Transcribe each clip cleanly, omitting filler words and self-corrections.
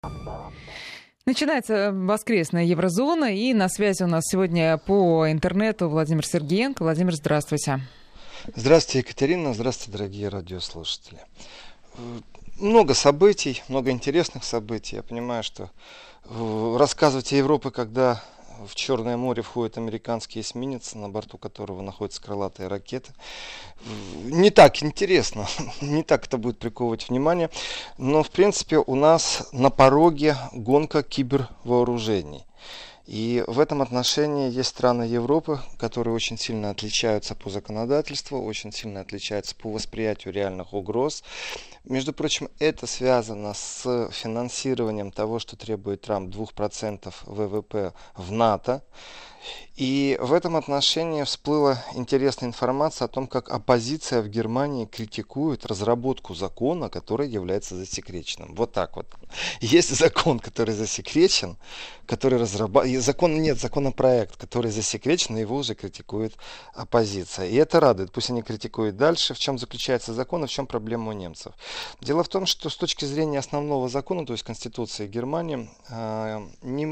Начинается воскресная Еврозона, и на связи у нас сегодня по интернету Владимир Сергеенко. Владимир, здравствуйте. Здравствуйте, Екатерина. Здравствуйте, дорогие радиослушатели. Много событий, много интересных событий. Я понимаю, что рассказывать о Европе, когда в Черное море входит американский эсминец, на борту которого находятся крылатые ракеты, не так интересно, не так это будет приковывать внимание. Но, в принципе, у нас на пороге гонка кибервооружений. И в этом отношении есть страны Европы, которые очень сильно отличаются по законодательству, очень сильно отличаются по восприятию реальных угроз. Между прочим, это связано с финансированием того, что требует Трамп 2% ВВП в НАТО. И в этом отношении всплыла интересная информация о том, как оппозиция в Германии критикует разработку закона, который является засекреченным. Вот так вот. Есть закон, который засекречен, который разрабатывает... Законопроект, который засекречен, и его уже критикует оппозиция. И это радует. Пусть они критикуют дальше. В чем заключается закон и в чем проблема у немцев. Дело в том, что с точки зрения основного закона, то есть Конституции Германии, не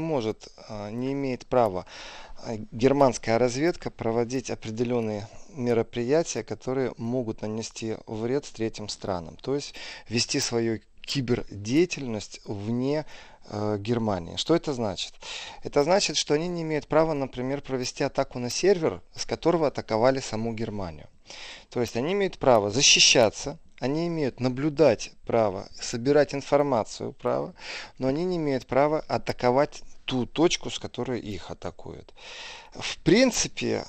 имеет права германская разведка проводить определенные мероприятия, которые могут нанести вред третьим странам. То есть вести свою кибердеятельность вне Германии. Что это значит? Это значит, что они не имеют права, например, провести атаку на сервер, с которого атаковали саму Германию. То есть они имеют право защищаться, они имеют наблюдать право, собирать информацию право, но они не имеют права атаковать ту точку, с которой их атакуют. В принципе,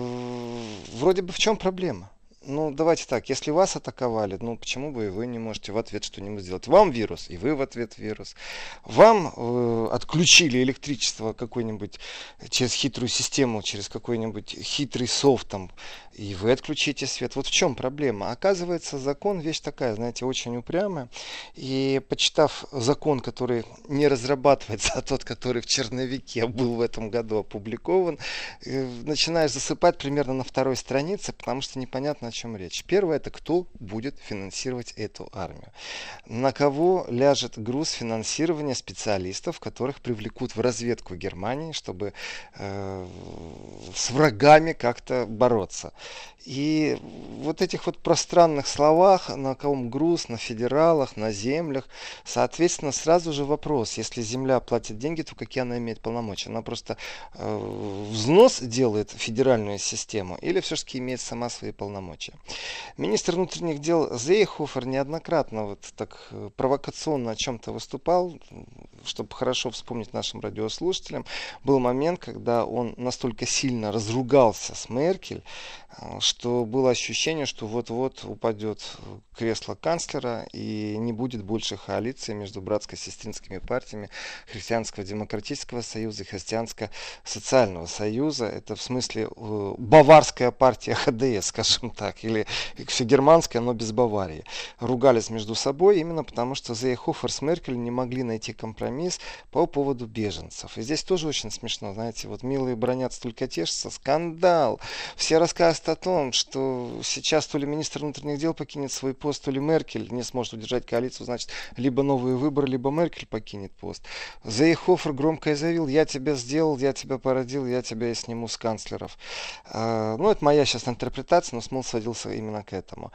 вроде бы в чем проблема? Ну, давайте так, если вас атаковали, ну, почему бы и вы не можете в ответ что-нибудь сделать? Вам вирус, и вы в ответ вирус. Вам отключили электричество какой-нибудь через хитрую систему, через какой-нибудь хитрый софт, там, и вы отключите свет. Вот в чем проблема? Оказывается, закон вещь такая, знаете, очень упрямая. И почитав закон, который не разрабатывается, а тот, который в черновике был в этом году опубликован, начинаешь засыпать примерно на второй странице, потому что непонятно, о чем речь. Первое, это кто будет финансировать эту армию. На кого ляжет груз финансирования специалистов, которых привлекут в разведку Германии, чтобы с врагами как-то бороться. И вот этих вот пространных словах, на ком груз, на федералах, на землях, соответственно, сразу же вопрос, если земля платит деньги, то какие она имеет полномочия? Она просто взнос делает в федеральную систему или все-таки имеет сама свои полномочия? Министр внутренних дел Зейхофер неоднократно вот так провокационно о чем-то выступал, чтобы хорошо вспомнить нашим радиослушателям. Был момент, когда он настолько сильно разругался с Меркель, что было ощущение, что вот-вот упадет кресло канцлера и не будет больше коалиции между братско-сестринскими партиями Христианского демократического союза и Христианско-социального союза. Это в смысле баварская партия ХДС, скажем так, или всегерманская, но без Баварии. Ругались между собой именно потому, что Зейхофер с Меркель не могли найти компромисс по поводу беженцев. И здесь тоже очень смешно, знаете, вот милые бронятся, только тешатся, скандал. Все рассказывают о том, что сейчас то ли министр внутренних дел покинет свой пост, то ли Меркель не сможет удержать коалицию, значит, либо новые выборы, либо Меркель покинет пост. Зейхофер громко заявил: я тебя сделал, я тебя породил, я тебя и сниму с канцлеров. Ну, это моя сейчас интерпретация, но смысл сводился именно к этому.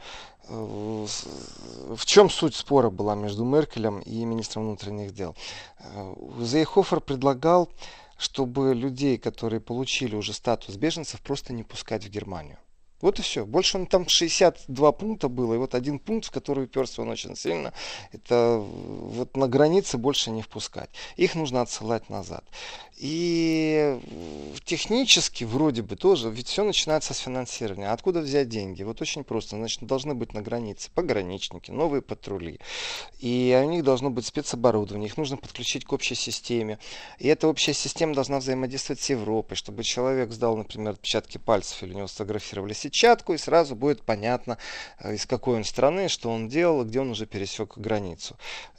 В чем суть спора была между Меркелем и министром внутренних дел? Зейхофер предлагал, чтобы людей, которые получили уже статус беженцев, просто не пускать в Германию. Вот и все. Больше он там 62 пункта было. И вот один пункт, в который уперся он очень сильно, это вот на границе больше не впускать. Их нужно отсылать назад. И технически вроде бы тоже, ведь все начинается с финансирования. Откуда взять деньги? Вот очень просто. Значит, должны быть на границе пограничники, новые патрули. И у них должно быть спецоборудование. Их нужно подключить к общей системе. И эта общая система должна взаимодействовать с Европой, чтобы человек сдал, например, отпечатки пальцев или у него сфотографировали сетчатку, и сразу будет понятно, из какой он страны, что он делал, где он уже пересек границу.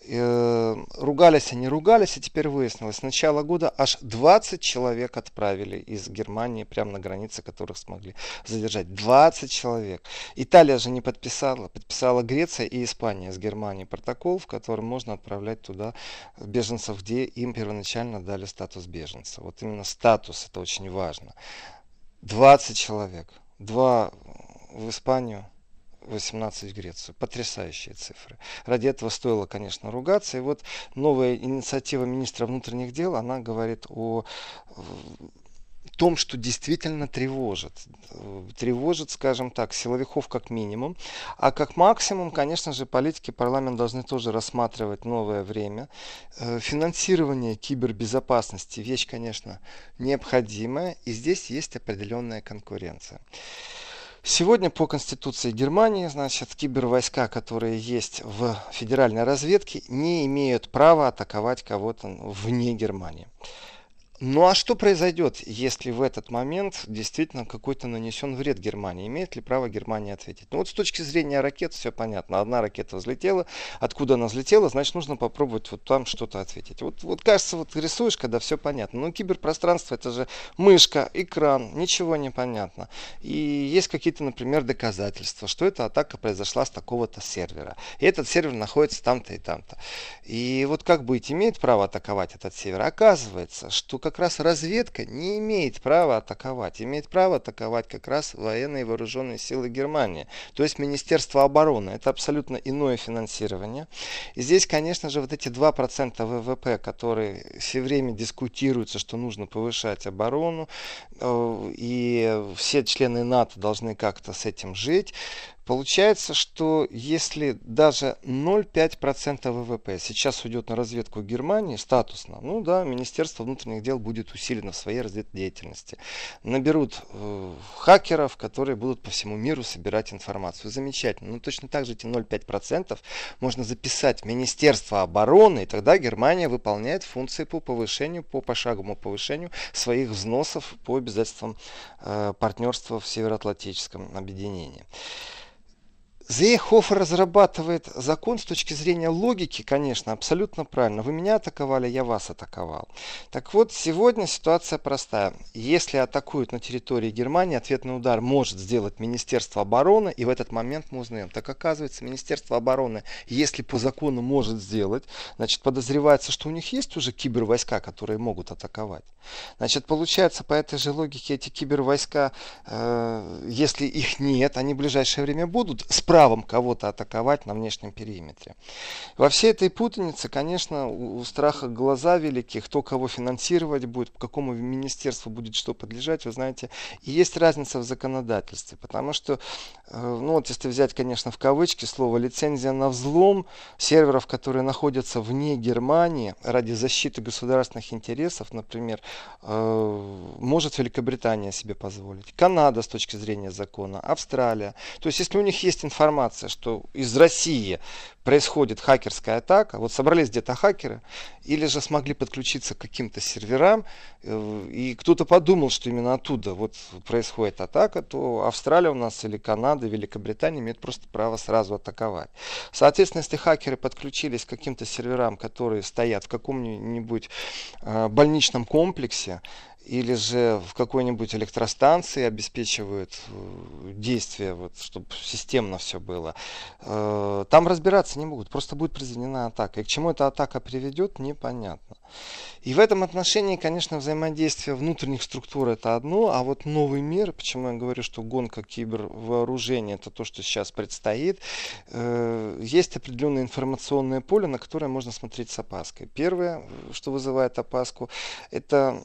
Ругались они, ругались, и теперь выяснилось, с начала года аж 20 человек отправили из Германии прямо на границе, которых смогли задержать. 20 человек. Италия же не подписала. Подписала Греция и Испания с Германией протокол, в котором можно отправлять туда беженцев, где им первоначально дали статус беженца. Вот именно статус, это очень важно. 20 человек. 2 в Испанию, 18 в Грецию. Потрясающие цифры. Ради этого стоило, конечно, ругаться. И вот новая инициатива министра внутренних дел, она говорит о том, что действительно тревожит. Тревожит, скажем так, силовиков как минимум. А как максимум, конечно же, политики, парламент должны тоже рассматривать новое время. Финансирование кибербезопасности вещь, конечно, необходимая. И здесь есть определенная конкуренция. Сегодня по Конституции Германии, значит, кибервойска, которые есть в федеральной разведке, не имеют права атаковать кого-то вне Германии. Ну а что произойдет, если в этот момент действительно какой-то нанесен вред Германии? Имеет ли право Германия ответить? Ну вот с точки зрения ракет все понятно. Одна ракета взлетела, откуда она взлетела, значит нужно попробовать вот там что-то ответить. Вот кажется, вот рисуешь, когда все понятно. Но киберпространство это же мышка, экран, ничего не понятно. И есть какие-то, например, доказательства, что эта атака произошла с такого-то сервера. И этот сервер находится там-то и там-то. И вот как быть, имеет право атаковать этот сервер? Оказывается, что как раз разведка не имеет права атаковать. Имеет право атаковать как раз военные и вооруженные силы Германии. То есть Министерство обороны. Это абсолютно иное финансирование. И здесь, конечно же, вот эти 2% ВВП, которые все время дискутируются, что нужно повышать оборону, и все члены НАТО должны как-то с этим жить. Получается, что если даже 0,5% ВВП сейчас уйдет на разведку Германии статусно, ну да, Министерство внутренних дел будет усилено в своей разведдеятельности. Наберут хакеров, которые будут по всему миру собирать информацию. Замечательно. Но точно так же эти 0,5% можно записать в Министерство обороны, и тогда Германия выполняет функции по повышению, по пошаговому повышению своих взносов по обязательствам партнерства в Североатлантическом объединении. Зейхофер разрабатывает закон с точки зрения логики, конечно, абсолютно правильно. Вы меня атаковали, я вас атаковал. Так вот, сегодня ситуация простая. Если атакуют на территории Германии, ответный удар может сделать Министерство обороны, и в этот момент мы узнаем. Так оказывается, Министерство обороны, если по закону может сделать, значит, подозревается, что у них есть уже кибервойска, которые могут атаковать. Значит, получается, по этой же логике эти кибервойска, если их нет, они в ближайшее время будут с правом кого-то атаковать на внешнем периметре. Во всей этой путанице, конечно, у страха глаза велики, кто кого финансировать будет, по какому министерству будет что подлежать, вы знаете, и есть разница в законодательстве, потому что, ну вот если взять, конечно, в кавычки слово лицензия на взлом серверов, которые находятся вне Германии ради защиты государственных интересов, например, может Великобритания себе позволить, Канада с точки зрения закона, Австралия. То есть, если у них есть информация, что из России происходит хакерская атака, вот собрались где-то хакеры, или же смогли подключиться к каким-то серверам, и кто-то подумал, что именно оттуда вот происходит атака, то Австралия у нас или Канада, Великобритания имеют просто право сразу атаковать. Соответственно, если хакеры подключились к каким-то серверам, которые стоят в каком-нибудь больничном комплексе, или же в какой-нибудь электростанции обеспечивают действие, вот, чтобы системно все было. Там разбираться не могут, просто будет произведена атака. И к чему эта атака приведет, непонятно. И в этом отношении, конечно, взаимодействие внутренних структур это одно, а вот новый мир, почему я говорю, что гонка кибервооружения это то, что сейчас предстоит, есть определенное информационное поле, на которое можно смотреть с опаской. Первое, что вызывает опаску, это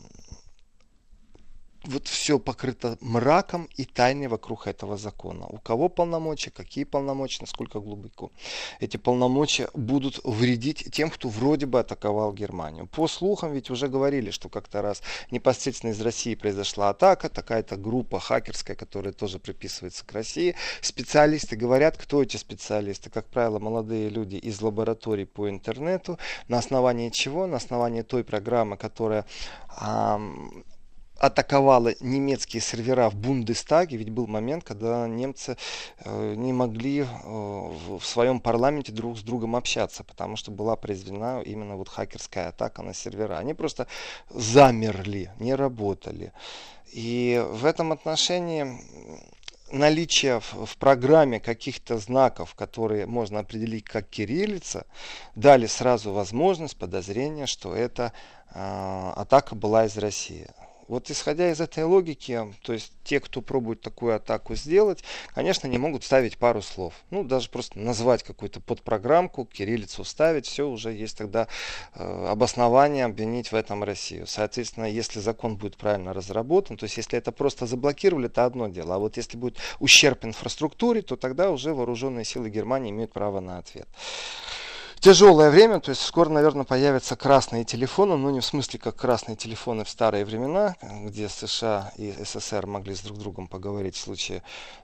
вот все покрыто мраком и тайной вокруг этого закона. У кого полномочия, какие полномочия, насколько глубоко эти полномочия будут вредить тем, кто вроде бы атаковал Германию. По слухам ведь уже говорили, что как-то раз непосредственно из России произошла атака, такая-то группа хакерская, которая тоже приписывается к России. Специалисты говорят, кто эти специалисты? Как правило, молодые люди из лабораторий по интернету. На основании чего? На основании той программы, которая атаковала немецкие сервера в Бундестаге, ведь был момент, когда немцы не могли в своем парламенте друг с другом общаться, потому что была произведена именно вот хакерская атака на сервера. Они просто замерли, не работали. И в этом отношении наличие в программе каких-то знаков, которые можно определить как кириллица, дали сразу возможность подозрения, что эта атака была из России. Вот исходя из этой логики, то есть те, кто пробует такую атаку сделать, конечно, не могут ставить пару слов. Ну, даже просто назвать какую-то подпрограммку, кириллицу вставить, все, уже есть тогда обоснование обвинить в этом Россию. Соответственно, если закон будет правильно разработан, то есть если это просто заблокировали, это одно дело. А вот если будет ущерб инфраструктуре, то тогда уже вооруженные силы Германии имеют право на ответ. Тяжелое время, то есть скоро, наверное, появятся красные телефоны, но не в смысле как красные телефоны в старые времена, где США и СССР могли с друг другом поговорить в случае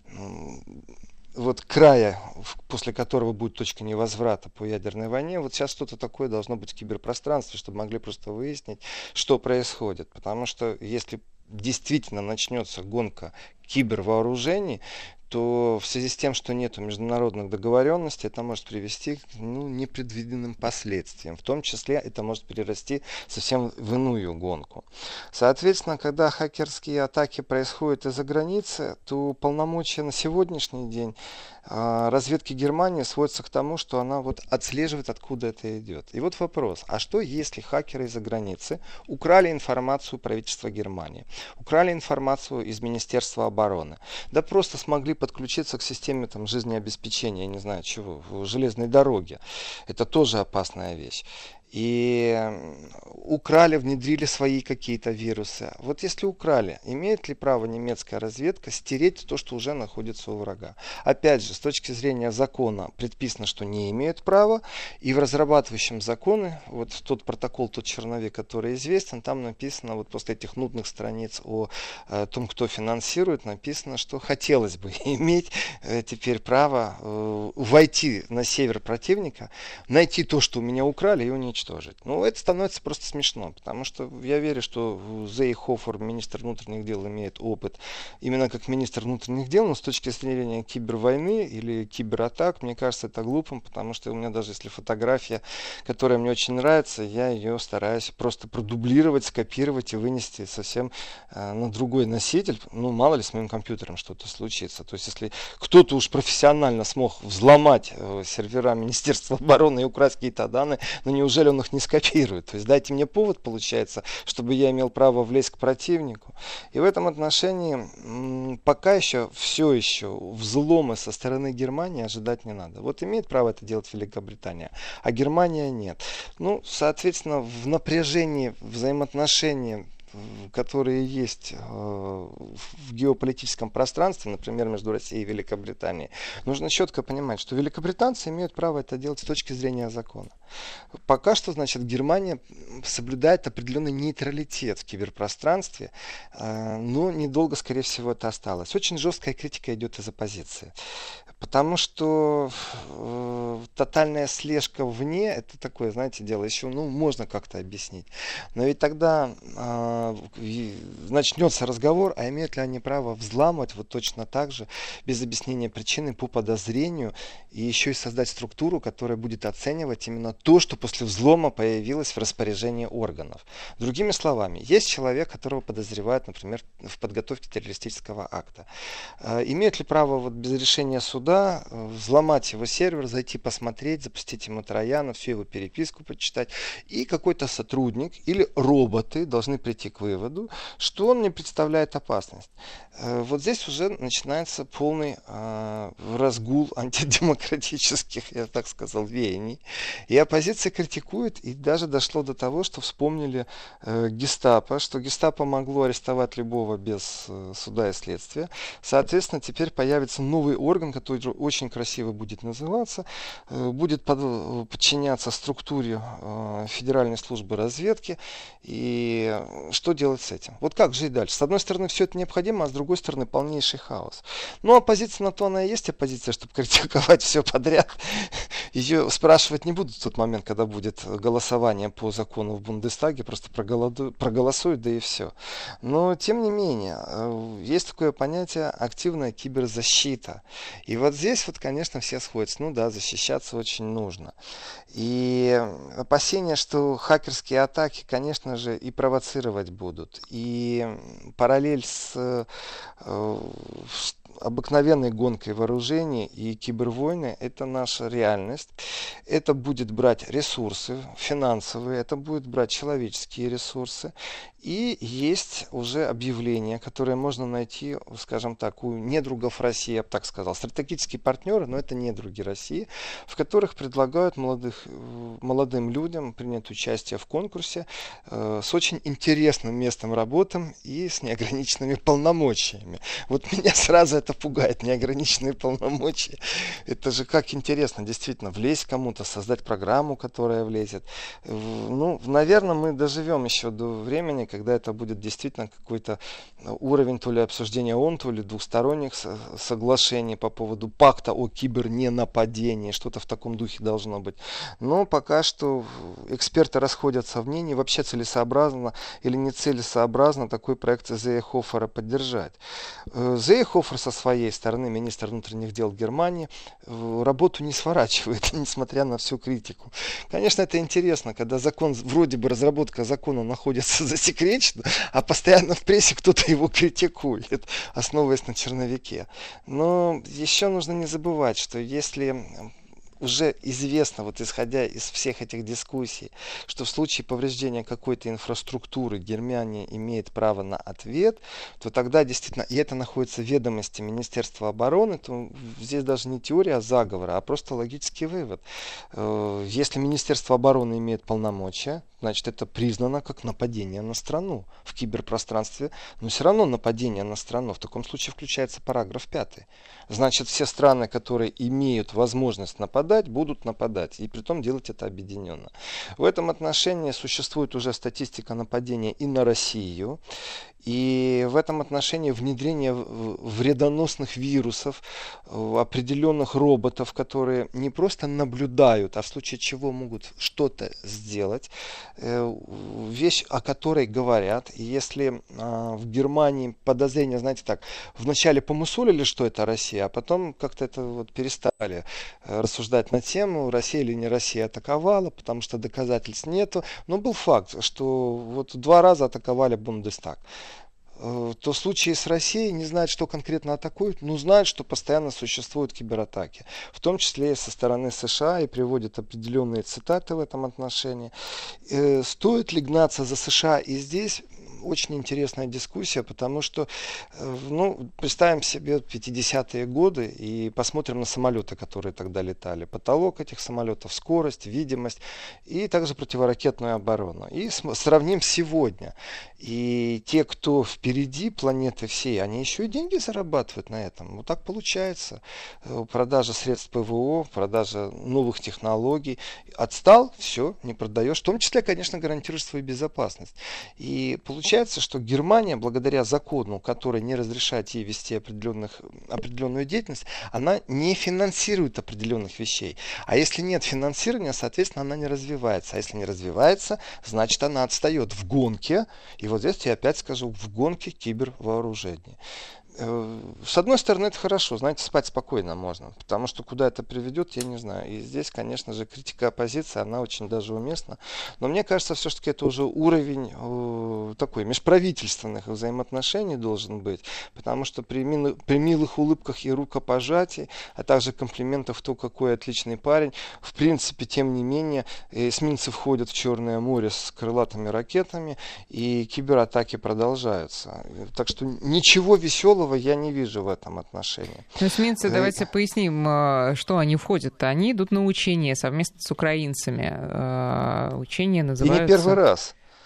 вот края, после которого будет точка невозврата по ядерной войне. Вот сейчас что-то такое должно быть в киберпространстве, чтобы могли просто выяснить, что происходит. Потому что если действительно начнется гонка кибервооружений, то в связи с тем, что нет международных договоренностей, это может привести к непредвиденным последствиям. В том числе это может перерасти совсем в иную гонку. Соответственно, когда хакерские атаки происходят из-за границы, то полномочия на сегодняшний день разведки Германии сводятся к тому, что она вот отслеживает, откуда это идет. И вот вопрос, а что если хакеры из-за границы украли информацию правительства Германии, украли информацию из Министерства обороны, да просто смогли подключиться к системе там, жизнеобеспечения, я не знаю чего, железной дороги. Это тоже опасная вещь. И украли, внедрили свои какие-то вирусы. Вот если украли, имеет ли право немецкая разведка стереть то, что уже находится у врага? Опять же, с точки зрения закона предписано, что не имеют права. И в разрабатывающем законы, вот тот протокол, тот черновик, который известен, там написано, вот после этих нудных страниц о том, кто финансирует, написано, что хотелось бы иметь теперь право войти на север противника, найти то, что у меня украли, и уничтожить. Ну, это становится просто смешно, потому что я верю, что Зейхофер, министр внутренних дел, имеет опыт именно как министр внутренних дел, но с точки зрения кибервойны или кибератак, мне кажется, это глупым, потому что у меня даже если фотография, которая мне очень нравится, я ее стараюсь просто продублировать, скопировать и вынести совсем на другой носитель. Ну, мало ли с моим компьютером что-то случится. То есть, если кто-то уж профессионально смог взломать сервера Министерства обороны и украсть какие-то данные, но неужели он их не скопирует? То есть дайте мне повод, получается, чтобы я имел право влезть к противнику. И в этом отношении пока еще все еще взломы со стороны Германии ожидать не надо. Вот имеет право это делать Великобритания, а Германия нет. Ну, соответственно, в напряжении взаимоотношений, которые есть в геополитическом пространстве, например, между Россией и Великобританией, нужно четко понимать, что великобританцы имеют право это делать с точки зрения закона. Пока что, значит, Германия соблюдает определенный нейтралитет в киберпространстве, но недолго, скорее всего, это осталось. Очень жесткая критика идет из оппозиции. Потому что тотальная слежка вне, это такое, знаете, дело еще, можно как-то объяснить. Но ведь тогда начнется разговор, а имеют ли они право взламывать вот точно так же, без объяснения причины, по подозрению, и еще и создать структуру, которая будет оценивать именно то, что после взлома появилось в распоряжении органов. Другими словами, есть человек, которого подозревают, например, в подготовке террористического акта. Имеют ли право вот без решения суда взломать его сервер, зайти посмотреть, запустить ему трояна, всю его переписку почитать, и какой-то сотрудник или роботы должны прийти к выводу, что он не представляет опасность. Вот здесь уже начинается полный разгул антидемократических, я так сказал, веяний. И оппозиция критикует, и даже дошло до того, что вспомнили гестапо, что гестапо могло арестовать любого без суда и следствия. Соответственно, теперь появится новый орган, который очень красиво будет называться, будет подчиняться структуре Федеральной службы разведки. И что делать с этим? Вот как жить дальше? С одной стороны, все это необходимо, а с другой стороны, полнейший хаос. Ну, оппозиция на то она и есть оппозиция, чтобы критиковать все подряд. Ее спрашивать не будут в тот момент, когда будет голосование по закону в Бундестаге, просто проголосуют, да и все. Но, тем не менее, есть такое понятие активная киберзащита. И вот здесь вот, конечно, все сходятся. Ну да, защищаться очень нужно. И опасения, что хакерские атаки, конечно же, и провоцировать будут. И параллель с обыкновенной гонкой вооружений и кибервойны — это наша реальность. Это будет брать ресурсы финансовые, это будет брать человеческие ресурсы. И есть уже объявления, которые можно найти, скажем так, у недругов России, я бы так сказал, стратегические партнеры, но это недруги России, в которых предлагают молодым людям принять участие в конкурсе с очень интересным местом работы и с неограниченными полномочиями. Вот меня сразу это пугает, неограниченные полномочия. Это же как интересно, действительно, влезть кому-то, создать программу, которая влезет. Ну, наверное, мы доживем еще до времени, когда это будет действительно какой-то уровень то ли обсуждения ООН, то ли двухсторонних соглашений по поводу пакта о киберненападении, что-то в таком духе должно быть. Но пока что эксперты расходятся в мнении, вообще целесообразно или нецелесообразно такой проект Зейхофера поддержать. Зейхофер со своей стороны, министр внутренних дел Германии, работу не сворачивает, несмотря на всю критику. Конечно, это интересно, когда закон, вроде бы разработка закона находится засекречена, а постоянно в прессе кто-то его критикует, основываясь на черновике. Но еще нужно не забывать, что если уже известно, вот исходя из всех этих дискуссий, что в случае повреждения какой-то инфраструктуры Германия имеет право на ответ, то тогда действительно, и это находится в ведомости Министерства обороны, то здесь даже не теория заговора, а просто логический вывод. Если Министерство обороны имеет полномочия, значит, это признано как нападение на страну в киберпространстве, но все равно нападение на страну. В таком случае включается параграф 5. Значит, все страны, которые имеют возможность нападать, будут нападать. И притом делать это объединенно. В этом отношении существует уже статистика нападения и на Россию. И в этом отношении внедрение вредоносных вирусов, определенных роботов, которые не просто наблюдают, а в случае чего могут что-то сделать, вещь, о которой говорят. И если в Германии подозрения, знаете так, вначале помусолили, что это Россия, а потом как-то это вот перестали рассуждать на тему, Россия или не Россия атаковала, потому что доказательств нету. Но был факт, что вот 2 раза атаковали Бундестаг. То в случае с Россией не знают, что конкретно атакуют, но знают, что постоянно существуют кибератаки. В том числе и со стороны США, и приводят определенные цитаты в этом отношении. Стоит ли гнаться за США и здесь? Очень интересная дискуссия, потому что, представим себе 50-е годы и посмотрим на самолеты, которые тогда летали. Потолок этих самолетов, скорость, видимость и также противоракетную оборону. И сравним сегодня. И те, кто впереди планеты всей, они еще и деньги зарабатывают на этом. Вот так получается. Продажа средств ПВО, продажа новых технологий. Отстал, все, не продаешь. В том числе, конечно, гарантируешь свою безопасность. И получается, что Германия, благодаря закону, который не разрешает ей вести определенную деятельность, она не финансирует определенных вещей. А если нет финансирования, соответственно, она не развивается. А если не развивается, значит, она отстает в гонке. И вот здесь я опять скажу, в гонке кибервооружений. С одной стороны, это хорошо, знаете, спать спокойно можно, потому что куда это приведет, я не знаю. И здесь, конечно же, критика оппозиции, она очень даже уместна. Но мне кажется, все-таки это уже уровень такой межправительственных взаимоотношений должен быть, потому что при милых улыбках и рукопожатий, а также комплиментов, то какой отличный парень, в принципе, тем не менее, эсминцы входят в Черное море с крылатыми ракетами, и кибератаки продолжаются. Так что ничего веселого я не вижу в этом отношении. Но эсминцы, давайте поясним, что они входят. Они идут на учения совместно с украинцами. Учения называются... И не первый раз.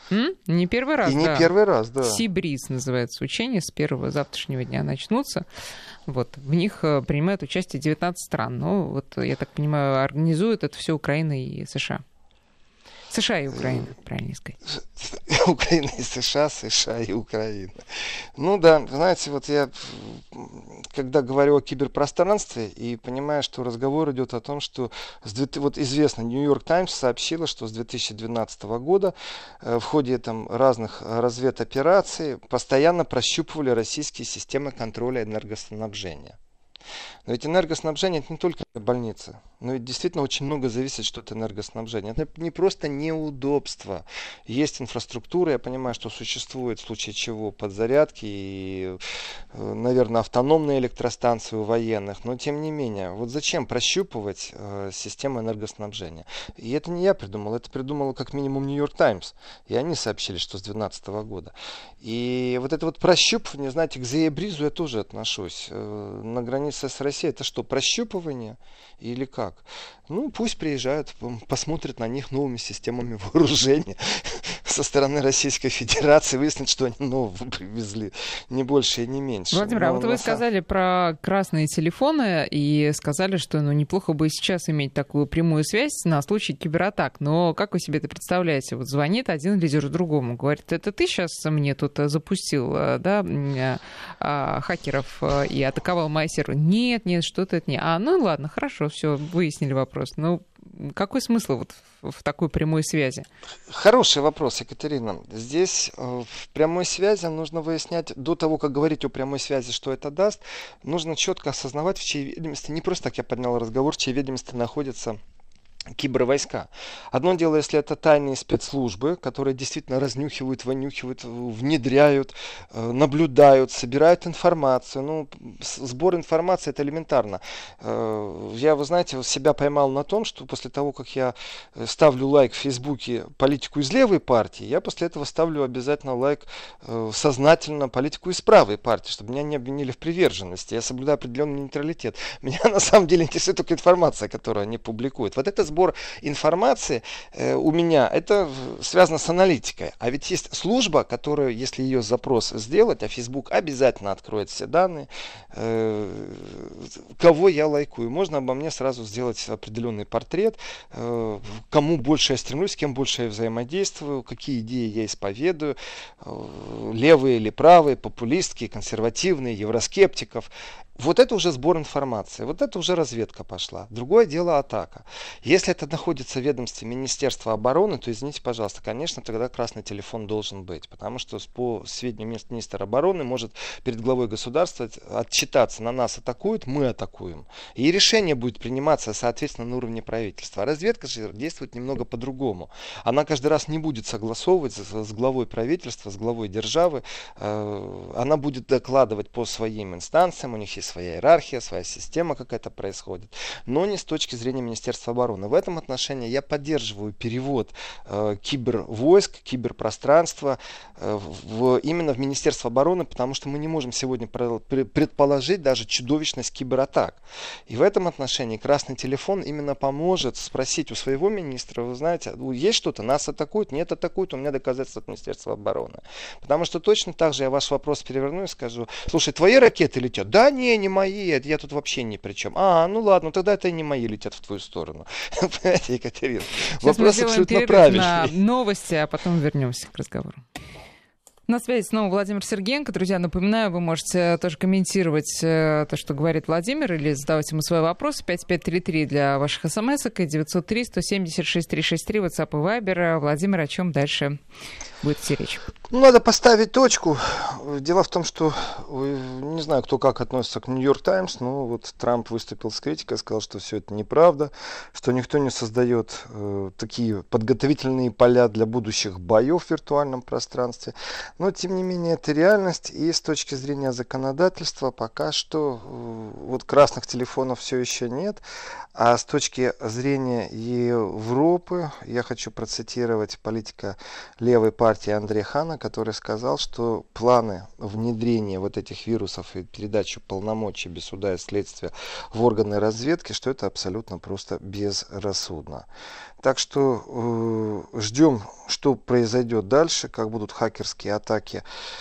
Не первый раз, И не первый раз, да. Сибриз называется учение, с первого завтрашнего дня начнутся. Вот. В них принимают участие 19 стран. Но, вот, я так понимаю, организуют это все Украина и США. США и Украина, правильно сказать. Украина и США, США и Украина. Ну да, знаете, вот я, когда говорю о киберпространстве и понимаю, что разговор идет о том, что вот известно, Нью-Йорк Таймс сообщила, что с 2012 года в ходе там разных разведопераций постоянно прощупывали российские системы контроля энергоснабжения. Но ведь энергоснабжение — это не только больницы, но ведь действительно очень много зависит, что это энергоснабжение. Это не просто неудобство. Есть инфраструктура, я понимаю, что существует в случае чего подзарядки и, наверное, автономные электростанции у военных, но тем не менее, вот зачем прощупывать систему энергоснабжения? И это не я придумал, это придумал как минимум Нью-Йорк Таймс, и они сообщили, что с 2012 года. И вот это вот прощупывание, знаете, к Зеебризу я тоже отношусь. На границе с Россией это что, прощупывание или как? Ну, пусть приезжают, посмотрят на них новыми системами вооружения со стороны Российской Федерации, выяснят, что они нового привезли, не больше и не меньше. Владимир, а вот вы сказали про красные телефоны и сказали, что неплохо бы сейчас иметь такую прямую связь на случай кибератак. Но как вы себе это представляете? Вот звонит один лидер другому, говорит: это ты сейчас мне тут запустил, да, хакеров и атаковал мои серверы? Нет, что-то это не. Ну ладно, хорошо, все, выяснили вопрос. Ну, какой смысл вот в такой прямой связи? Хороший вопрос, Екатерина. Здесь в прямой связи нужно выяснять, до того, как говорить о прямой связи, что это даст, нужно четко осознавать, в чьей ведомости, не просто так я поднял разговор, в чьей ведомости находятся кибервойска. Одно дело, если это тайные спецслужбы, которые действительно разнюхивают, вынюхивают, внедряют, наблюдают, собирают информацию. Ну, сбор информации — это элементарно. Я, вы знаете, себя поймал на том, что после того, как я ставлю лайк в Фейсбуке политику из левой партии, я после этого ставлю обязательно лайк сознательно политику из правой партии, чтобы меня не обвинили в приверженности. Я соблюдаю определенный нейтралитет. Меня на самом деле интересует только информация, которую они публикуют. Вот это сбор информации у меня, это связано с аналитикой. А ведь есть служба, которая, если ее запрос сделать, а Facebook обязательно откроет все данные, кого я лайкую. Можно обо мне сразу сделать определенный портрет, кому больше я стремлюсь, с кем больше я взаимодействую, какие идеи я исповедую, левые или правые, популистские, консервативные, евроскептиков. Вот это уже сбор информации, вот это уже разведка пошла. Другое дело — атака. Если это находится в ведомстве Министерства обороны, то, извините, пожалуйста, конечно, тогда красный телефон должен быть. Потому что по сведениям министра обороны может перед главой государства отчитаться: на нас атакуют, мы атакуем. И решение будет приниматься, соответственно, на уровне правительства. А разведка же действует немного по-другому. Она каждый раз не будет согласовывать с главой правительства, с главой державы. Она будет докладывать по своим инстанциям, у них есть своя иерархия, своя система какая-то происходит, но не с точки зрения Министерства обороны. В этом отношении я поддерживаю перевод кибервойск, киберпространства именно в Министерство обороны, потому что мы не можем сегодня предположить даже чудовищность кибератак. И в этом отношении красный телефон именно поможет спросить у своего министра: вы знаете, есть что-то, нас атакуют, нет, атакуют, у меня доказательства от Министерства обороны. Потому что точно так же я ваш вопрос переверну и скажу: слушай, твои ракеты летят? Да, не мои, я тут вообще ни при чем. Ну ладно, тогда это и не мои летят в твою сторону. Понимаете, Екатерина? Вопрос абсолютно правильный. На новости, а потом вернемся к разговору. На связи снова Владимир Сергеенко. Друзья, напоминаю, вы можете тоже комментировать то, что говорит Владимир, или задавать ему свои вопросы. 5533 для ваших смс-ок и 903-176-363 WhatsApp и Viber. Владимир, о чем дальше будет идти речь? Надо поставить точку. Дело в том, что не знаю, кто как относится к Нью-Йорк Таймс, но вот Трамп выступил с критикой, сказал, что все это неправда, что никто не создает такие подготовительные поля для будущих боев в виртуальном пространстве. Но, тем не менее, это реальность, и с точки зрения законодательства пока что вот красных телефонов все еще нет. А с точки зрения Европы, я хочу процитировать политика левой партии Андрея Хана, который сказал, что планы внедрения вот этих вирусов и передачи полномочий без суда и следствия в органы разведки, что это абсолютно просто безрассудно. Так что ждем, что произойдет дальше, как будут хакерские атаки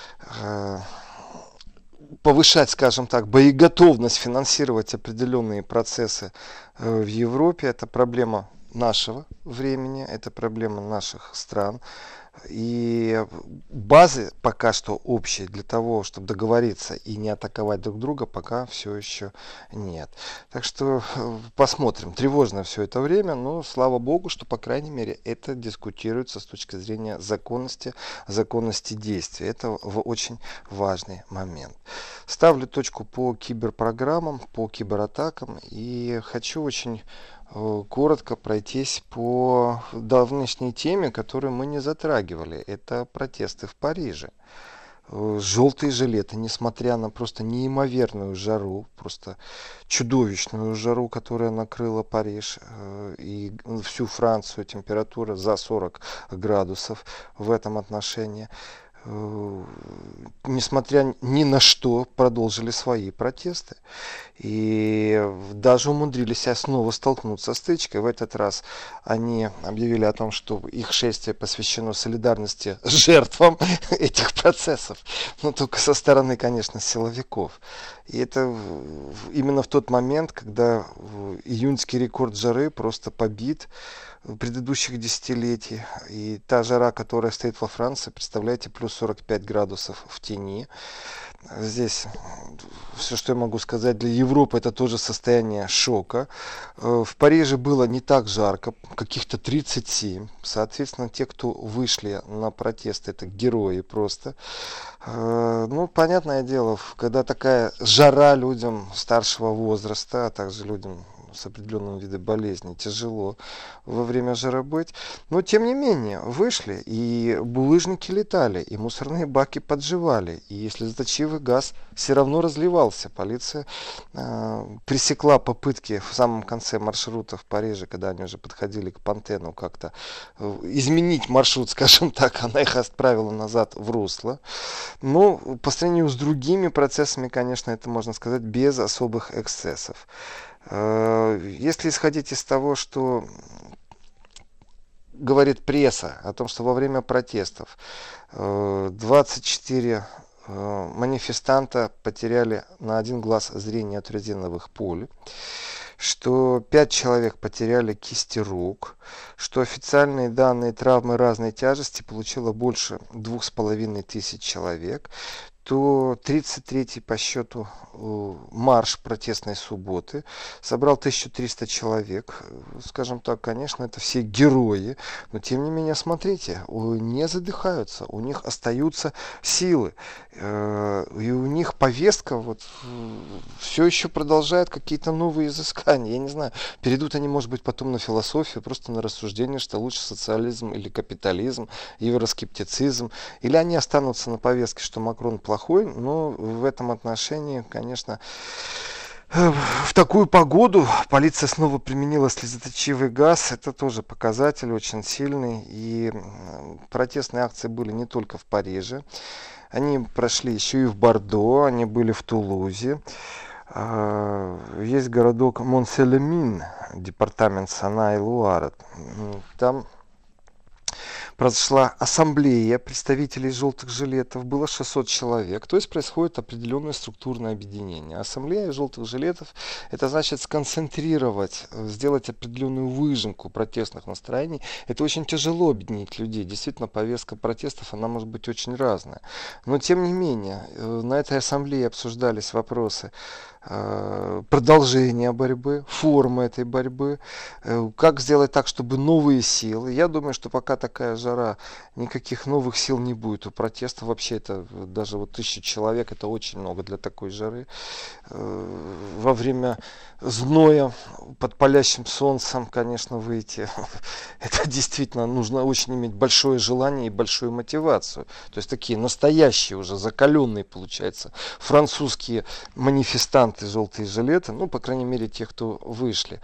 повышать, скажем так, боеготовность финансировать определенные процессы в Европе. Это проблема нашего времени, это проблема наших стран. И базы пока что общие для того, чтобы договориться и не атаковать друг друга, пока все еще нет. Так что посмотрим. Тревожно все это время, но слава богу, что по крайней мере это дискутируется с точки зрения законности действия. Это очень важный момент. Ставлю точку по киберпрограммам, по кибератакам и хочу очень коротко пройтись по давнешней теме, которую мы не затрагивали. Это протесты в Париже. Желтые жилеты, несмотря на просто неимоверную жару, просто чудовищную жару, которая накрыла Париж и всю Францию, температура за 40 градусов в этом отношении. Несмотря ни на что, продолжили свои протесты. И даже умудрились снова столкнуться с стычкой. В этот раз они объявили о том, что их шествие посвящено солидарности с жертвам этих процессов. Но только со стороны, конечно, силовиков. И это именно в тот момент, когда июньский рекорд жары просто побит предыдущих десятилетий. И та жара, которая стоит во Франции, представляете, плюс 45 градусов в тени. Здесь все, что я могу сказать для Европы, это тоже состояние шока. В Париже было не так жарко, каких-то 37. Соответственно, те, кто вышли на протесты, это герои просто. Ну, понятное дело, когда такая жара людям старшего возраста, а также людям с определенным видом болезни, тяжело во время жары быть. Но, тем не менее, вышли, и булыжники летали, и мусорные баки подживали. И слезоточивый газ все равно разливался. Полиция пресекла попытки в самом конце маршрута в Париже, когда они уже подходили к Пантену, как-то изменить маршрут, скажем так. Она их отправила назад в русло. Но по сравнению с другими процессами, конечно, это можно сказать без особых эксцессов. Если исходить из того, что говорит пресса о том, что во время протестов 24 манифестанта потеряли на один глаз зрение от резиновых пуль, что 5 человек потеряли кисти рук, что официальные данные травмы разной тяжести получило больше 2500 человек, то 33-й по счету марш протестной субботы собрал 1300 человек. Скажем так, конечно, это все герои, но тем не менее, смотрите, не задыхаются, у них остаются силы, и у них повестка вот все еще продолжает какие-то новые изыскания. Я не знаю, перейдут они, может быть, потом на философию, просто на рассуждение, что лучше социализм или капитализм, евроскептицизм, или они останутся на повестке, что Макрон плохой. Но в этом отношении, конечно, в такую погоду полиция снова применила слезоточивый газ. Это тоже показатель очень сильный. И протестные акции были не только в Париже. Они прошли еще и в Бордо, они были в Тулузе. Есть городок Монселемин, департамент Сана-и-Луара. Там произошла ассамблея представителей желтых жилетов, было 600 человек, то есть происходит определенное структурное объединение. Ассамблея желтых жилетов, это значит сконцентрировать, сделать определенную выжимку протестных настроений. Это очень тяжело объединить людей, действительно повестка протестов, она может быть очень разная. Но тем не менее, на этой ассамблее обсуждались вопросы продолжение борьбы, формы этой борьбы, как сделать так, чтобы новые силы. Я думаю, что пока такая жара, никаких новых сил не будет у протеста. Вообще это даже вот 1000 человек, это очень много для такой жары. Во время зноя под палящим солнцем, конечно, выйти. Это действительно нужно очень иметь большое желание и большую мотивацию. То есть такие настоящие уже закаленные, получается, французские манифестанты, желтые жилеты, ну, по крайней мере, те, кто вышли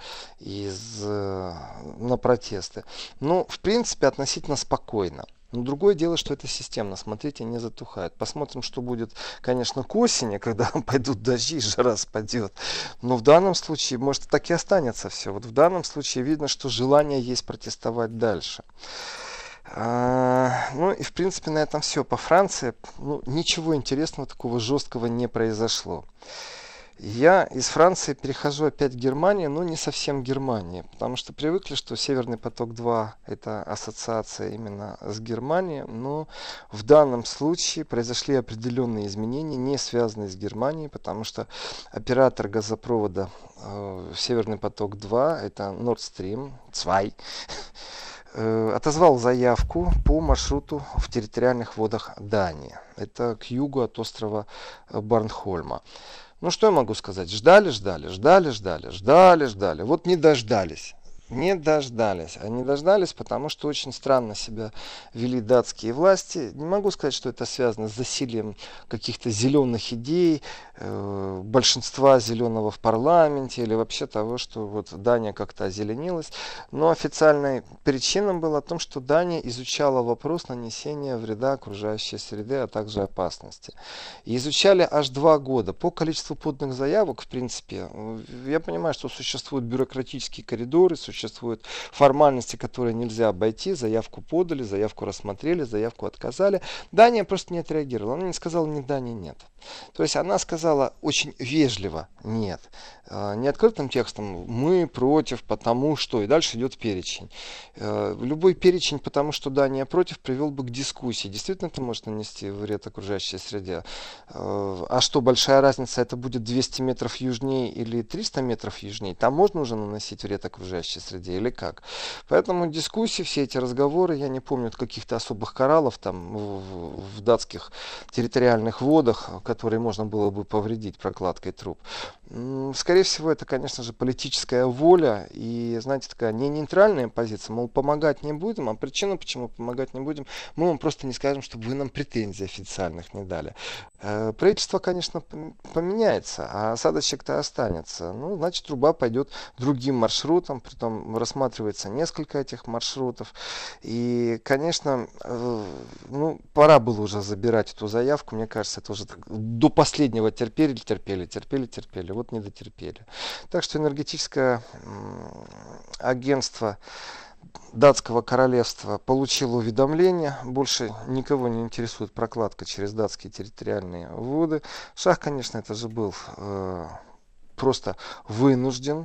на протесты. Ну, в принципе, относительно спокойно. Но другое дело, что это системно. Смотрите, не затухает. Посмотрим, что будет, конечно, к осени, когда пойдут дожди и жара спадет. Но в данном случае, может, так и останется все. Вот в данном случае видно, что желание есть протестовать дальше. Ну и в принципе на этом все. По Франции ничего интересного такого жесткого не произошло. Я из Франции перехожу опять в Германию, но не совсем Германия, потому что привыкли, что Северный поток-2 это ассоциация именно с Германией, но в данном случае произошли определенные изменения, не связанные с Германией, потому что оператор газопровода Северный поток-2, это Nord Stream 2, отозвал заявку по маршруту в территориальных водах Дании. Это к югу от острова Борнхольма. Ну, что я могу сказать? Ждали. Вот не дождались. А не дождались, потому что очень странно себя вели датские власти. Не могу сказать, что это связано с засилием каких-то зеленых идей, большинства зеленого в парламенте или вообще того, что вот Дания как-то озеленилась. Но официальной причиной было о том, что Дания изучала вопрос нанесения вреда окружающей среды, а также опасности. И изучали аж 2 года. По количеству поданных заявок, в принципе, я понимаю, что существуют бюрократические коридоры, существуют формальности, которые нельзя обойти. Заявку подали, заявку рассмотрели, заявку отказали. Дания просто не отреагировала. Она не сказала ни да, ни нет. То есть она сказала очень вежливо нет. Не открытым текстом мы против, потому что. И дальше идет перечень. Любой перечень, потому что Дания против, привел бы к дискуссии. Действительно это может нанести вред окружающей среде. А что, большая разница, это будет 200 метров южнее или 300 метров южнее? Там можно уже наносить вред окружающей среде или как? Поэтому дискуссии, все эти разговоры, я не помню каких-то особых кораллов там в датских территориальных водах, которые можно было бы повредить прокладкой труб. Скорее всего, это, конечно же, политическая воля и, знаете, такая не нейтральная позиция, мол, помогать не будем, а причина, почему помогать не будем, мы вам просто не скажем, чтобы вы нам претензий официальных не дали. Правительство, конечно, поменяется, а осадочек-то останется. Ну, значит, труба пойдет другим маршрутом, притом рассматривается несколько этих маршрутов. И, конечно, пора было уже забирать эту заявку. Мне кажется, это уже до последнего терпели. Вот не дотерпели. Так что энергетическое агентство Датского королевства получило уведомление. Больше никого не интересует прокладка через датские территориальные воды. Шах, конечно, это же был просто вынужден.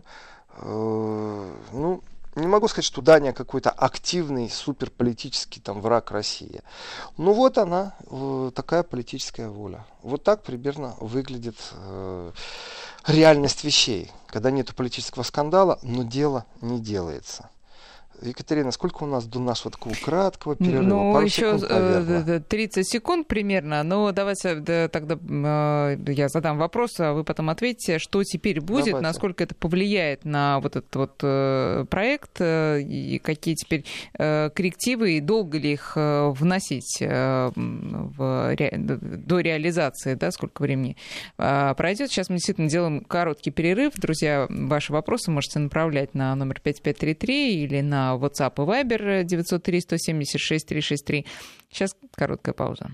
Не могу сказать, что Дания какой-то активный, суперполитический враг России. Ну вот она, такая политическая воля. Вот так примерно выглядит реальность вещей. Когда нет политического скандала, но дело не делается. Екатерина, сколько у нас до нашего такого краткого перерыва? Пару еще секунд, 30 секунд примерно. Но давайте тогда я задам вопрос, а вы потом ответите, что теперь будет, давайте. Насколько это повлияет на вот этот вот проект, и какие теперь коррективы, и долго ли их вносить до реализации, да, сколько времени пройдет. Сейчас мы действительно делаем короткий перерыв. Друзья, ваши вопросы можете направлять на номер 5533 или на WhatsApp и Viber 903-176-363. Сейчас короткая пауза.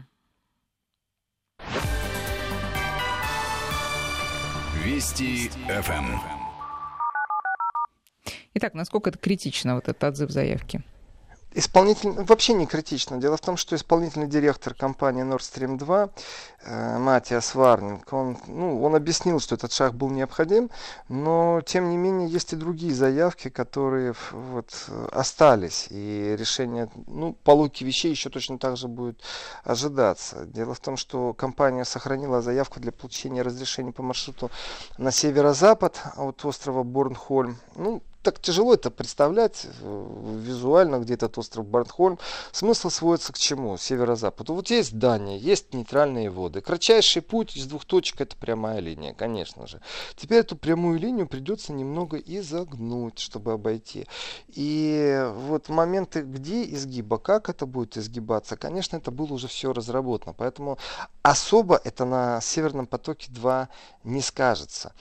Вести ФМ. Итак, насколько это критично, вот этот отзыв заявки? вообще не критично. Дело в том, что исполнительный директор компании Nord Stream 2 Матиас Варнинг, он объяснил, что этот шаг был необходим, но тем не менее есть и другие заявки, которые остались, и решение по логике вещей еще точно так же будет ожидаться. Дело в том, что компания сохранила заявку для получения разрешения по маршруту на северо-запад от острова Борнхольм. Так тяжело это представлять визуально, где этот остров Борнхольм. Смысл сводится к чему? Северо-западу. Вот есть Дания, есть нейтральные воды. Кратчайший путь из двух точек — это прямая линия, конечно же. Теперь эту прямую линию придется немного изогнуть, чтобы обойти. И вот моменты, где изгиба, как это будет изгибаться, конечно, это было уже все разработано. Поэтому особо это на Северном потоке-2 не скажется.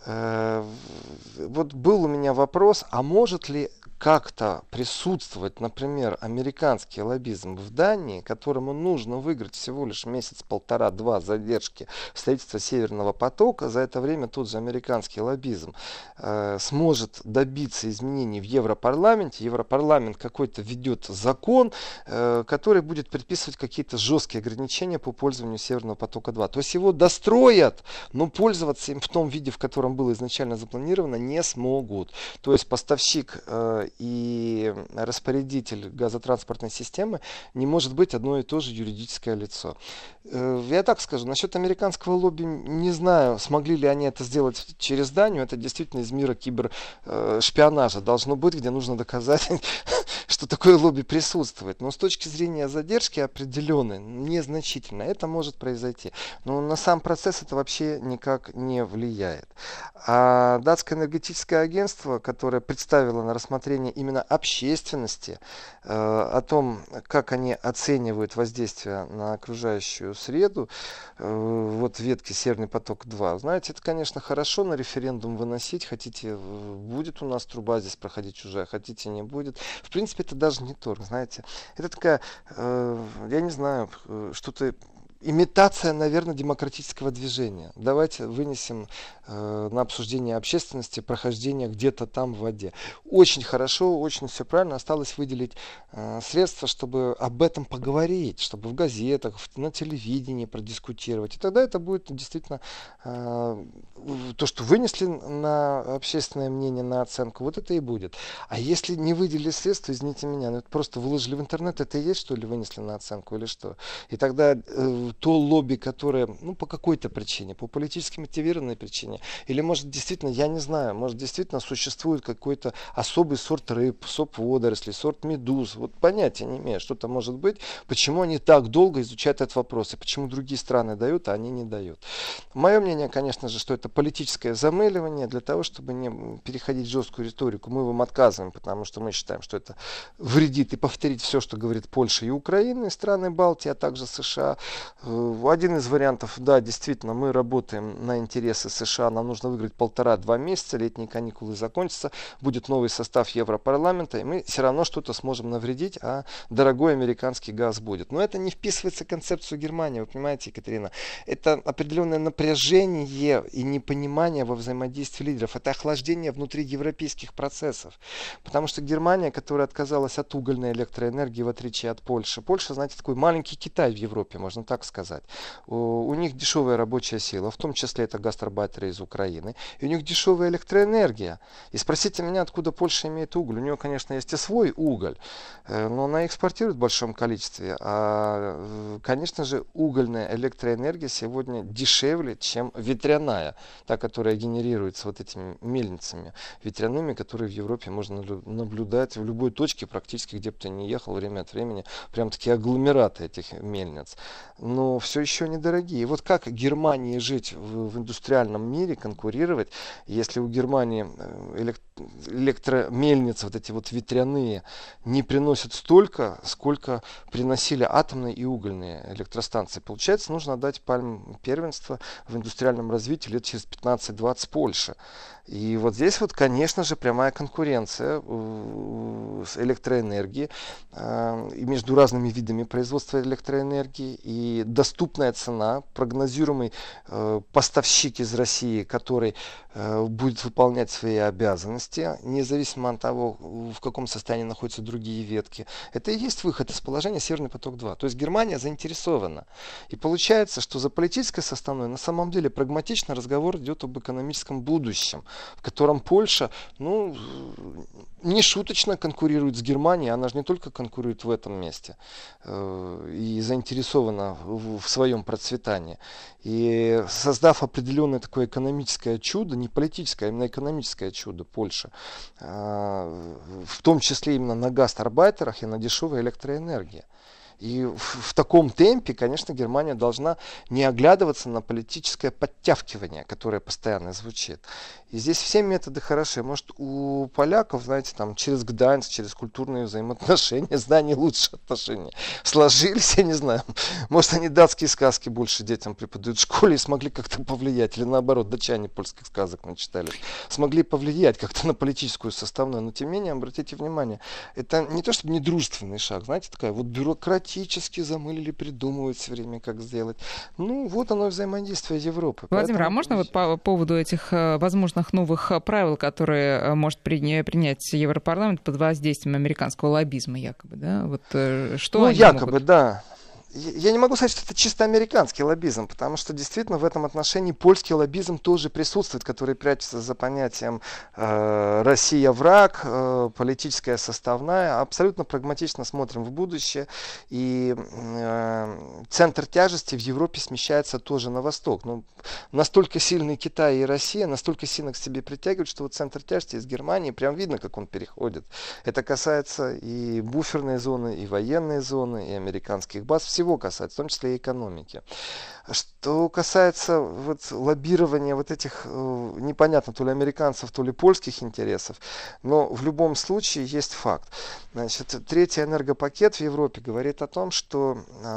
Вот был у меня вопрос, а может ли как-то присутствовать, например, американский лоббизм в Дании, которому нужно выиграть всего лишь месяц, полтора-два задержки строительства Северного потока. За это время тот же американский лоббизм сможет добиться изменений в Европарламенте. Европарламент какой-то ведет закон, который будет предписывать какие-то жесткие ограничения по пользованию Северного потока-2. То есть его достроят, но пользоваться им в том виде, в котором было изначально запланировано, не смогут. То есть поставщик и распорядитель газотранспортной системы не может быть одно и то же юридическое лицо. Я так скажу, насчет американского лобби не знаю, смогли ли они это сделать через Данию. Это действительно из мира кибершпионажа должно быть, где нужно доказать, что такое лобби присутствует. Но с точки зрения задержки определенной, незначительно, это может произойти. Но на сам процесс это вообще никак не влияет. А датское энергетическое агентство, которое представило на рассмотрение именно общественности о том, как они оценивают воздействие на окружающую среду, вот ветки Северный поток-2. Знаете, это, конечно, хорошо на референдум выносить. Хотите, будет у нас труба здесь проходить чужая, хотите, не будет. В принципе, это даже не торг, знаете. Это такая, я не знаю, что-то... Имитация, наверное, демократического движения. Давайте вынесем на обсуждение общественности прохождение где-то там в воде. Очень хорошо, очень все правильно. Осталось выделить средства, чтобы об этом поговорить, чтобы в газетах, на телевидении продискутировать. И тогда это будет действительно то, что вынесли на общественное мнение, на оценку, вот это и будет. А если не выделили средства, извините меня, это просто выложили в интернет, это и есть, что ли, вынесли на оценку или что? И тогда то лобби, которое, по какой-то причине, по политически мотивированной причине, или может действительно, я не знаю, может действительно существует какой-то особый сорт рыб, сорт водорослей, сорт медуз, вот понятия не имею, что-то может быть, почему они так долго изучают этот вопрос, и почему другие страны дают, а они не дают. Мое мнение, конечно же, что это политическое замыливание для того, чтобы не переходить в жесткую риторику. Мы вам отказываем, потому что мы считаем, что это вредит, и повторить все, что говорит Польша и Украина, и страны Балтии, а также США. Один из вариантов, да, действительно, мы работаем на интересы США, нам нужно выиграть 1,5-2 месяца, летние каникулы закончатся, будет новый состав Европарламента, и мы все равно что-то сможем навредить, а дорогой американский газ будет. Но это не вписывается в концепцию Германии, вы понимаете, Екатерина. Это определенное напряжение и непонимание во взаимодействии лидеров, это охлаждение внутри европейских процессов. Потому что Германия, которая отказалась от угольной электроэнергии, в отличие от Польши, Польша, знаете, такой маленький Китай в Европе, можно так сказать. У них дешевая рабочая сила, в том числе это гастарбайтеры из Украины, и у них дешевая электроэнергия. И спросите меня, откуда Польша имеет уголь. У нее, конечно, есть и свой уголь, но она экспортирует в большом количестве. А, конечно же, угольная электроэнергия сегодня дешевле, чем ветряная, та, которая генерируется вот этими мельницами ветряными, которые в Европе можно наблюдать в любой точке, практически где бы ты ни ехал, время от времени, прям такие агломераты этих мельниц. Но все еще недорогие. Вот как Германии жить в индустриальном мире, конкурировать, если у Германии электромельницы, вот эти вот ветряные, не приносят столько, сколько приносили атомные и угольные электростанции. Получается, нужно отдать пальму первенства в индустриальном развитии лет через 15-20 Польше. И вот здесь вот, конечно же, прямая конкуренция с электроэнергией и между разными видами производства электроэнергии. И доступная цена, прогнозируемый поставщик из России, который будет выполнять свои обязанности, независимо от того, в каком состоянии находятся другие ветки. Это и есть выход из положения Северный поток-2. То есть Германия заинтересована. И получается, что за политической составной на самом деле прагматично разговор идет об экономическом будущем, в котором Польша, не шуточно конкурирует с Германией, она же не только конкурирует в этом месте и заинтересована в своем процветании. И создав определенное такое экономическое чудо, не политическое, а именно экономическое чудо Польши, в том числе именно на гастарбайтерах и на дешевой электроэнергии. И в таком темпе, конечно, Германия должна не оглядываться на политическое подтягивание, которое постоянно звучит. И здесь все методы хороши. Может, у поляков, знаете, там через Гданьск, через культурные взаимоотношения, знания лучше отношения сложились, я не знаю. Может, они датские сказки больше детям преподают в школе и смогли как-то повлиять. Или наоборот, датчане польских сказок начитались. Смогли повлиять как-то на политическую составную. Но, тем не менее, обратите внимание, это не то чтобы недружественный шаг, знаете, такая вот бюрократически замылили, придумывают все время, как сделать. Вот оно взаимодействие Европы. Владимир, поэтому... а можно вот по поводу этих возможных новых правил, которые может принять Европарламент под воздействием американского лоббизма, якобы, да? Вот что они якобы, могут... да. Я не могу сказать, что это чисто американский лоббизм, потому что действительно в этом отношении польский лоббизм тоже присутствует, который прячется за понятием «Россия враг», политическая составная. Абсолютно прагматично смотрим в будущее, и центр тяжести в Европе смещается тоже на восток. Настолько сильный Китай и Россия, настолько сильно к себе притягивают, что вот центр тяжести из Германии, прям видно, как он переходит. Это касается и буферной зоны, и военной зоны, и американских баз, всего касается, в том числе и экономики. Что касается лоббирования этих, непонятно, то ли американцев, то ли польских интересов, но в любом случае есть факт. Значит, третий энергопакет в Европе говорит о том, что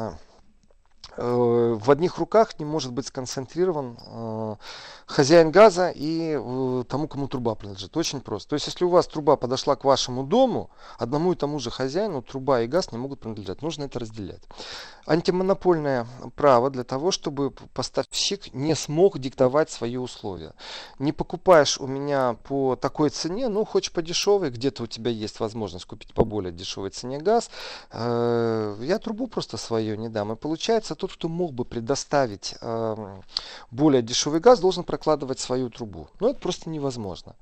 в одних руках не может быть сконцентрирован хозяин газа и тому, кому труба принадлежит. Очень просто. То есть, если у вас труба подошла к вашему дому, одному и тому же хозяину труба и газ не могут принадлежать. Нужно это разделять. Антимонопольное право для того, чтобы поставщик не смог диктовать свои условия. Не покупаешь у меня по такой цене, хочешь по дешевой, где-то у тебя есть возможность купить по более дешевой цене газ, я трубу просто свою не дам. И получается, тот, кто мог бы предоставить более дешевый газ, должен прокладывать свою трубу. Но это просто невозможно.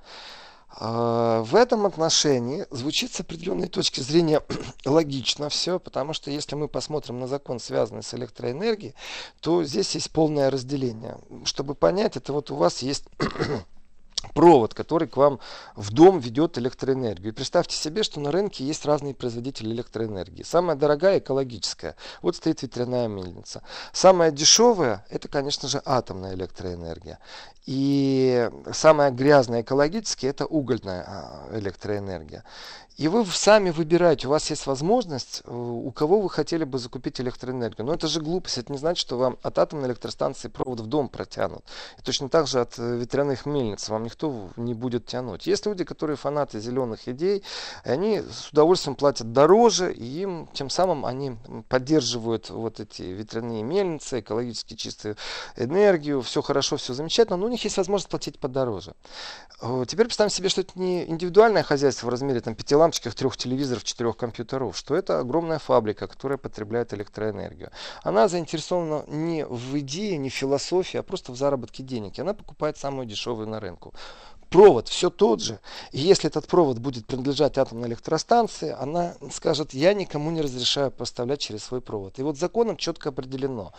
В этом отношении звучит с определенной точки зрения логично все, потому что если мы посмотрим на закон, связанный с электроэнергией, то здесь есть полное разделение. Чтобы понять, это у вас есть провод, который к вам в дом ведет электроэнергию. И представьте себе, что на рынке есть разные производители электроэнергии. Самая дорогая экологическая. Вот стоит ветряная мельница. Самая дешевая, это, конечно же, атомная электроэнергия. И самая грязная экологически, это угольная электроэнергия. И вы сами выбираете, у вас есть возможность, у кого вы хотели бы закупить электроэнергию. Но это же глупость, это не значит, что вам от атомной электростанции провод в дом протянут. И точно так же от ветряных мельниц вам никто не будет тянуть. Есть люди, которые фанаты зеленых идей, и они с удовольствием платят дороже, и им тем самым они поддерживают эти ветряные мельницы, экологически чистую энергию, все хорошо, все замечательно, но у них есть возможность платить подороже. Теперь представим себе, что это не индивидуальное хозяйство в размере 5 лампочек, 3 телевизоров, 4 компьютеров, что это огромная фабрика, которая потребляет электроэнергию. Она заинтересована не в идее, не в философии, а просто в заработке денег. И она покупает самую дешевую на рынку. Провод все тот же. И если этот провод будет принадлежать атомной электростанции, она скажет, я никому не разрешаю поставлять через свой провод. И законом четко определено,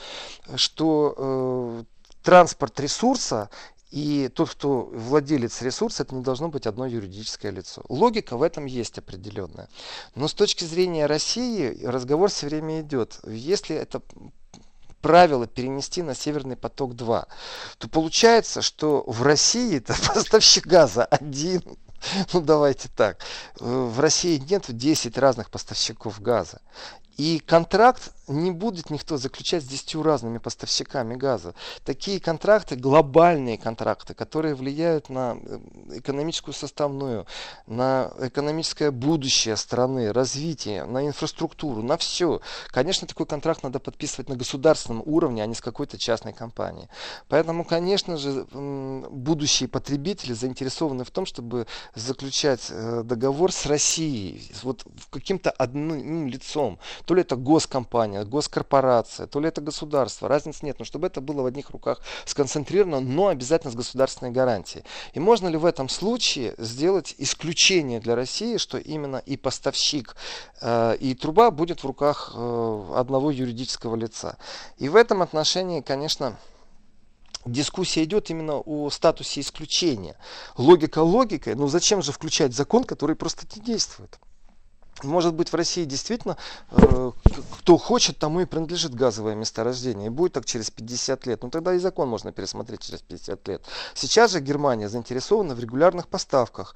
что транспорт ресурса и тот, кто владелец ресурса, это не должно быть одно юридическое лицо. Логика в этом есть определенная. Но с точки зрения России разговор все время идет. Если это правило перенести на Северный поток-2, то получается, что в России-то поставщик газа один. Давайте так. В России нет 10 разных поставщиков газа. И контракт не будет никто заключать с 10 разными поставщиками газа. Такие контракты, глобальные контракты, которые влияют на экономическую составную, на экономическое будущее страны, развитие, на инфраструктуру, на все. Конечно, такой контракт надо подписывать на государственном уровне, а не с какой-то частной компанией. Поэтому, конечно же, будущие потребители заинтересованы в том, чтобы заключать договор с Россией, вот каким-то одним лицом. То ли это госкомпания, госкорпорация, то ли это государство. Разницы нет, но чтобы это было в одних руках сконцентрировано, но обязательно с государственной гарантией. И можно ли в этом случае сделать исключение для России, что именно и поставщик, и труба будет в руках одного юридического лица. И в этом отношении, конечно, дискуссия идет именно о статусе исключения. Логика логикой, но зачем же включать закон, который просто не действует? Может быть, в России действительно, кто хочет, тому и принадлежит газовое месторождение. И будет так через 50 лет. Ну, тогда и закон можно пересмотреть через 50 лет. Сейчас же Германия заинтересована в регулярных поставках.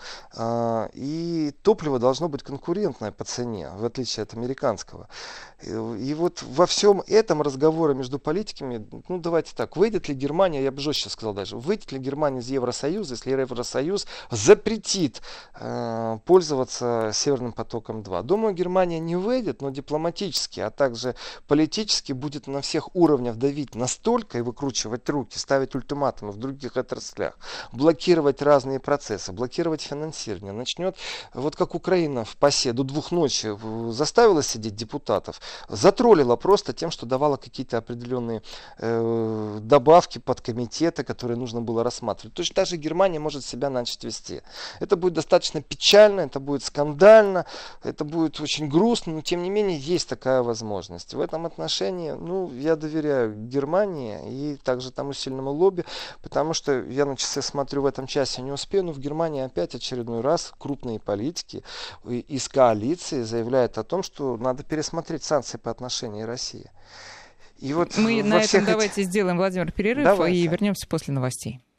И топливо должно быть конкурентное по цене, в отличие от американского. И вот во всем этом разговоре между политиками, ну, давайте так, выйдет ли Германия, я бы жестче сказал даже, выйдет ли Германия из Евросоюза, если Евросоюз запретит пользоваться Северным потоком-2. Думаю, Германия не выйдет, но дипломатически, а также политически будет на всех уровнях давить настолько и выкручивать руки, ставить ультиматумы в других отраслях, блокировать разные процессы, блокировать финансирование. Начнет, вот как Украина в ПАСЕ до 2 ночи заставила сидеть депутатов, затроллила просто тем, что давала какие-то определенные добавки под комитеты, которые нужно было рассматривать. Точно так же Германия может себя начать вести. Это будет достаточно печально, это будет скандально, это будет очень грустно, но тем не менее есть такая возможность. В этом отношении, ну, я доверяю Германии и также тому сильному лобби, потому что я на часы смотрю, в этом часе не успею, но в Германии опять очередной раз крупные политики из коалиции заявляют о том, что надо пересмотреть санкции по отношению к России. И вот мы на этом давайте сделаем, Владимир, перерыв и вернемся после новостей.